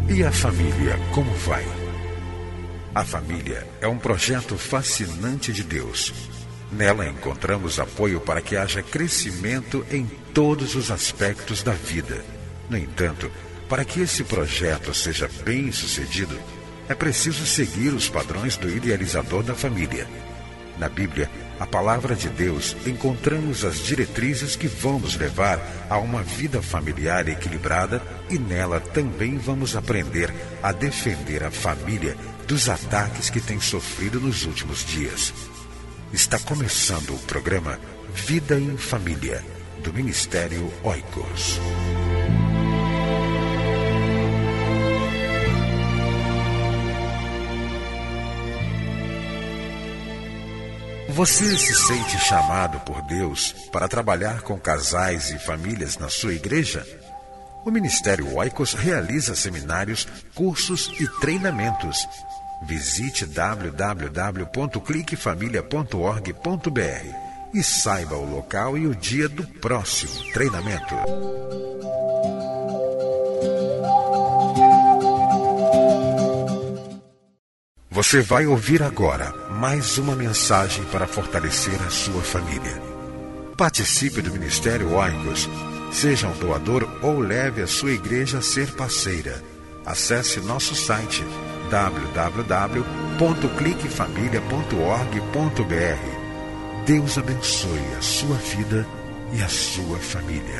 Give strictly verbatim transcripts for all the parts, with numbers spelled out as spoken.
E a família, como vai? A família é um projeto fascinante de Deus. Nela encontramos apoio para que haja crescimento em todos os aspectos da vida. No entanto, para que esse projeto seja bem-sucedido, é preciso seguir os padrões do idealizador da família. Na Bíblia, a palavra de Deus, encontramos as diretrizes que vão nos levar a uma vida familiar equilibrada e nela também vamos aprender a defender a família dos ataques que tem sofrido nos últimos dias. Está começando o programa Vida em Família, do Ministério Oikos. Você se sente chamado por Deus para trabalhar com casais e famílias na sua igreja? O Ministério Oikos realiza seminários, cursos e treinamentos. Visite w w w ponto clique família ponto org ponto b r e saiba o local e o dia do próximo treinamento. Você vai ouvir agora mais uma mensagem para fortalecer a sua família. Participe do Ministério Oikos, seja um doador ou leve a sua igreja a ser parceira. Acesse nosso site w w w ponto clique família ponto org ponto b r. Deus abençoe a sua vida e a sua família.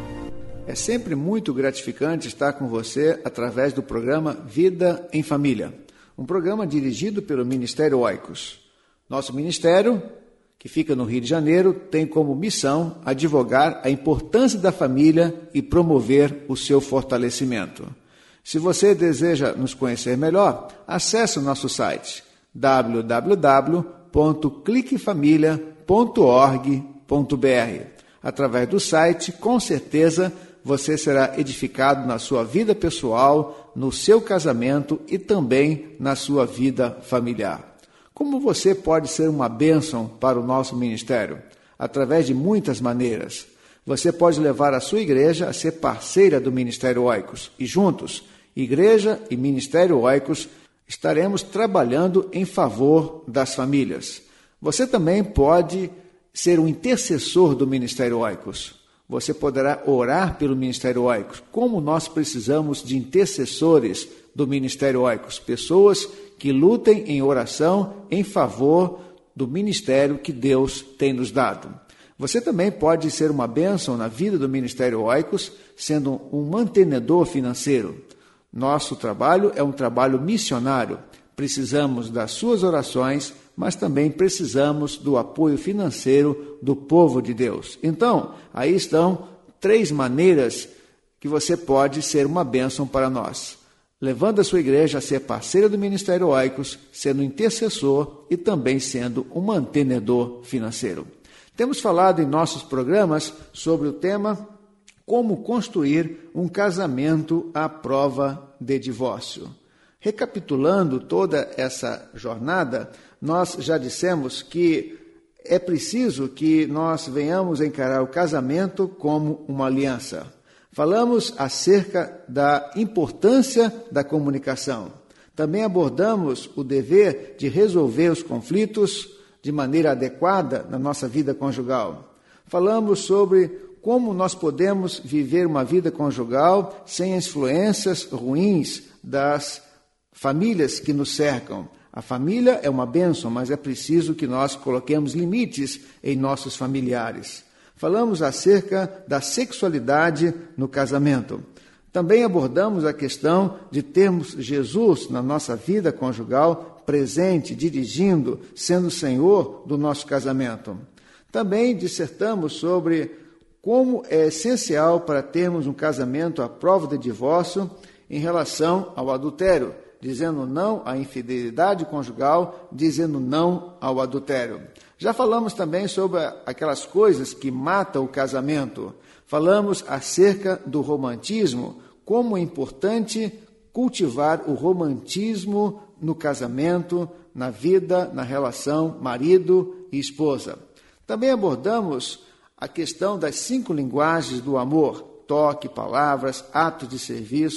É sempre muito gratificante estar com você através do programa Vida em Família, um programa dirigido pelo Ministério Oikos. Nosso ministério, que fica no Rio de Janeiro, tem como missão advogar a importância da família e promover o seu fortalecimento. Se você deseja nos conhecer melhor, acesse o nosso site w w w ponto clique família ponto org ponto b r. Através do site, com certeza, você será edificado na sua vida pessoal, no seu casamento e também na sua vida familiar. Como você pode ser uma bênção para o nosso ministério? Através de muitas maneiras. Você pode levar a sua igreja a ser parceira do Ministério Oikos e juntos, igreja e Ministério Oikos, estaremos trabalhando em favor das famílias. Você também pode ser um intercessor do Ministério Oikos. Você poderá orar pelo Ministério Oikos. Como nós precisamos de intercessores do Ministério Oikos, pessoas que lutem em oração em favor do ministério que Deus tem nos dado. Você também pode ser uma bênção na vida do Ministério Oikos, sendo um mantenedor financeiro. Nosso trabalho é um trabalho missionário. Precisamos das suas orações, mas também precisamos do apoio financeiro do povo de Deus. Então, aí estão três maneiras que você pode ser uma bênção para nós. Levando a sua igreja a ser parceira do Ministério Oikos, sendo intercessor e também sendo um mantenedor financeiro. Temos falado em nossos programas sobre o tema Como construir um casamento à prova de divórcio. Recapitulando toda essa jornada, nós já dissemos que é preciso que nós venhamos encarar o casamento como uma aliança. Falamos acerca da importância da comunicação. Também abordamos o dever de resolver os conflitos de maneira adequada na nossa vida conjugal. Falamos sobre como nós podemos viver uma vida conjugal sem as influências ruins das famílias que nos cercam. A família é uma bênção, mas é preciso que nós coloquemos limites em nossos familiares. Falamos acerca da sexualidade no casamento. Também abordamos a questão de termos Jesus na nossa vida conjugal presente, dirigindo, sendo o Senhor do nosso casamento. Também dissertamos sobre como é essencial para termos um casamento à prova de divórcio em relação ao adultério, dizendo não à infidelidade conjugal, dizendo não ao adultério. Já falamos também sobre aquelas coisas que matam o casamento. Falamos acerca do romantismo, como é importante cultivar o romantismo no casamento, na vida, na relação marido e esposa. Também abordamos a questão das cinco linguagens do amor: toque, palavras, atos de serviço,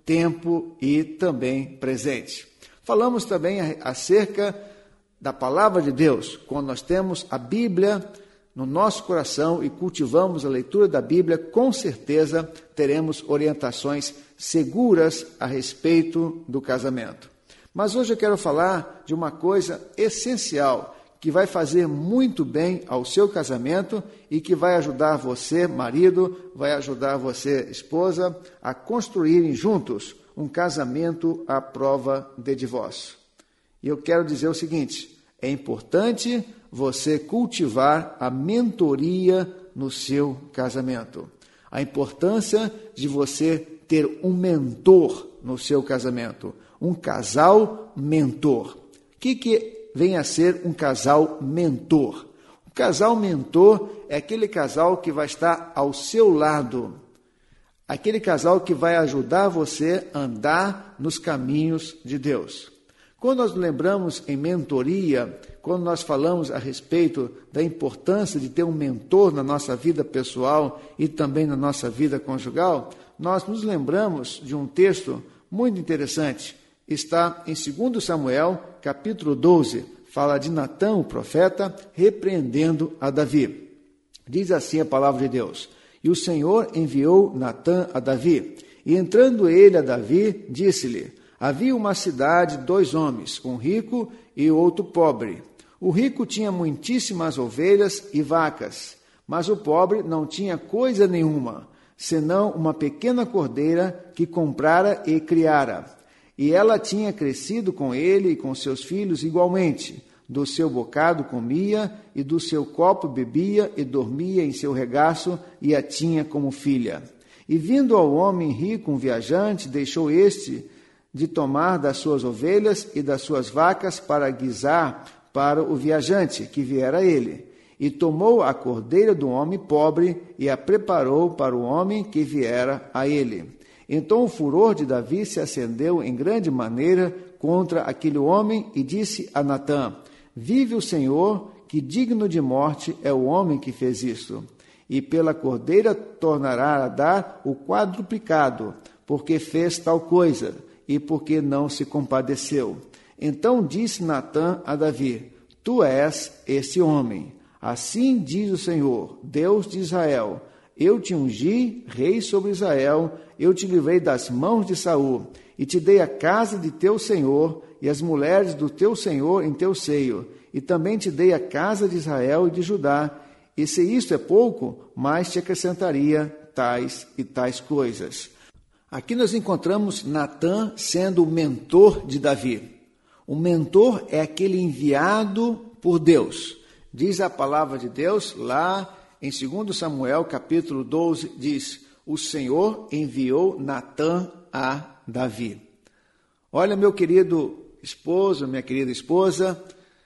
tempo e também presente. Falamos também acerca da palavra de Deus. Quando nós temos a Bíblia no nosso coração e cultivamos a leitura da Bíblia, com certeza teremos orientações seguras a respeito do casamento. Mas hoje eu quero falar de uma coisa essencial que vai fazer muito bem ao seu casamento e que vai ajudar você, marido, vai ajudar você, esposa, a construírem juntos um casamento à prova de divórcio. E eu quero dizer o seguinte: é importante você cultivar a mentoria no seu casamento. A importância de você ter um mentor no seu casamento. Um casal mentor. O que, que vem a ser um casal mentor? O casal mentor é aquele casal que vai estar ao seu lado. Aquele casal que vai ajudar você a andar nos caminhos de Deus. Quando nós lembramos em mentoria, quando nós falamos a respeito da importância de ter um mentor na nossa vida pessoal e também na nossa vida conjugal, nós nos lembramos de um texto muito interessante. Está em segundo Samuel, capítulo doze, fala de Natã, o profeta, repreendendo a Davi. Diz assim a palavra de Deus: E o Senhor enviou Natã a Davi, e entrando ele a Davi, disse-lhe: Havia uma cidade, dois homens, um rico e outro pobre. O rico tinha muitíssimas ovelhas e vacas, mas o pobre não tinha coisa nenhuma, senão uma pequena cordeira que comprara e criara. E ela tinha crescido com ele e com seus filhos igualmente. Do seu bocado comia, e do seu copo bebia, e dormia em seu regaço, e a tinha como filha. E vindo ao homem rico um viajante, deixou este de tomar das suas ovelhas e das suas vacas para guisar para o viajante, que viera a ele. E tomou a cordeira do homem pobre, e a preparou para o homem que viera a ele. Então o furor de Davi se acendeu em grande maneira contra aquele homem e disse a Natã: Vive o Senhor, que digno de morte é o homem que fez isto. E pela cordeira tornará a dar o quadruplicado, porque fez tal coisa, e porque não se compadeceu. Então disse Natã a Davi: Tu és esse homem. Assim diz o Senhor, Deus de Israel: Eu te ungi rei sobre Israel, eu te livrei das mãos de Saul, e te dei a casa de teu senhor e as mulheres do teu senhor em teu seio, e também te dei a casa de Israel e de Judá. E se isto é pouco, mais te acrescentaria tais e tais coisas. Aqui nós encontramos Natã sendo o mentor de Davi. O mentor é aquele enviado por Deus. Diz a palavra de Deus lá em segundo Samuel, capítulo doze, diz: O Senhor enviou Natã a Davi. Olha, meu querido esposo, minha querida esposa,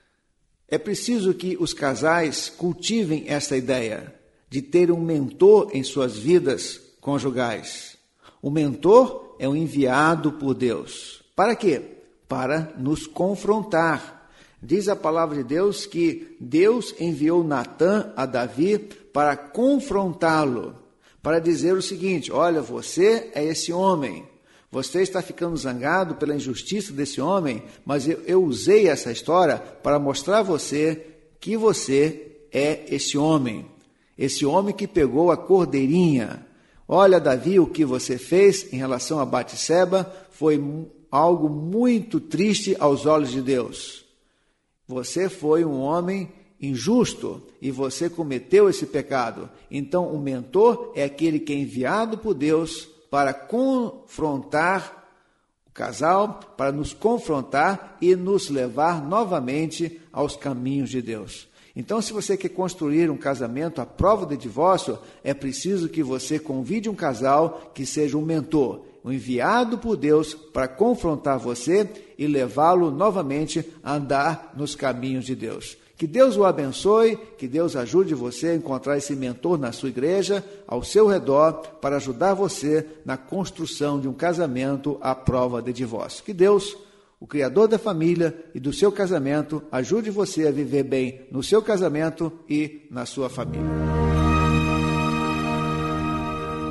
é preciso que os casais cultivem essa ideia de ter um mentor em suas vidas conjugais. O mentor é um enviado por Deus. Para quê? Para nos confrontar. Diz a palavra de Deus que Deus enviou Natã a Davi para confrontá-lo, para dizer o seguinte: olha, você é esse homem, você está ficando zangado pela injustiça desse homem, mas eu, eu usei essa história para mostrar a você que você é esse homem, esse homem que pegou a cordeirinha. Olha, Davi, o que você fez em relação a Batseba foi algo muito triste aos olhos de Deus. Você foi um homem injusto e você cometeu esse pecado. Então, o mentor é aquele que é enviado por Deus para confrontar o casal, para nos confrontar e nos levar novamente aos caminhos de Deus. Então, se você quer construir um casamento à prova de divórcio, é preciso que você convide um casal que seja um mentor, um enviado por Deus para confrontar você e levá-lo novamente a andar nos caminhos de Deus. Que Deus o abençoe, que Deus ajude você a encontrar esse mentor na sua igreja, ao seu redor, para ajudar você na construção de um casamento à prova de divórcio. Que Deus, o Criador da família e do seu casamento, ajude você a viver bem no seu casamento e na sua família.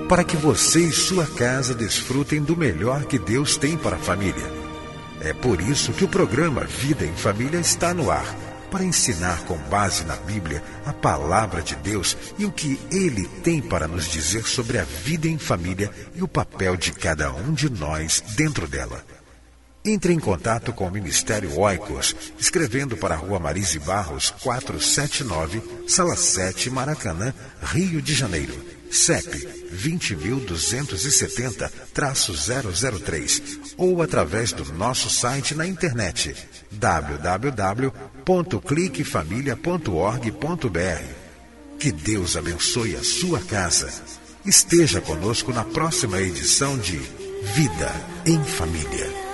para que você e sua casa desfrutem do melhor que Deus tem para a família. É por isso que o programa Vida em Família está no ar, para ensinar com base na Bíblia a palavra de Deus e o que Ele tem para nos dizer sobre a vida em família e o papel de cada um de nós dentro dela. Entre em contato com o Ministério Oikos, escrevendo para a Rua Marise Barros, quatrocentos e setenta e nove, Sala sete, Maracanã, Rio de Janeiro. C E P vinte mil duzentos e setenta, zero zero três, ou através do nosso site na internet w w w ponto clique família ponto org ponto b r. Que Deus abençoe a sua casa. Esteja conosco na próxima edição de Vida em Família.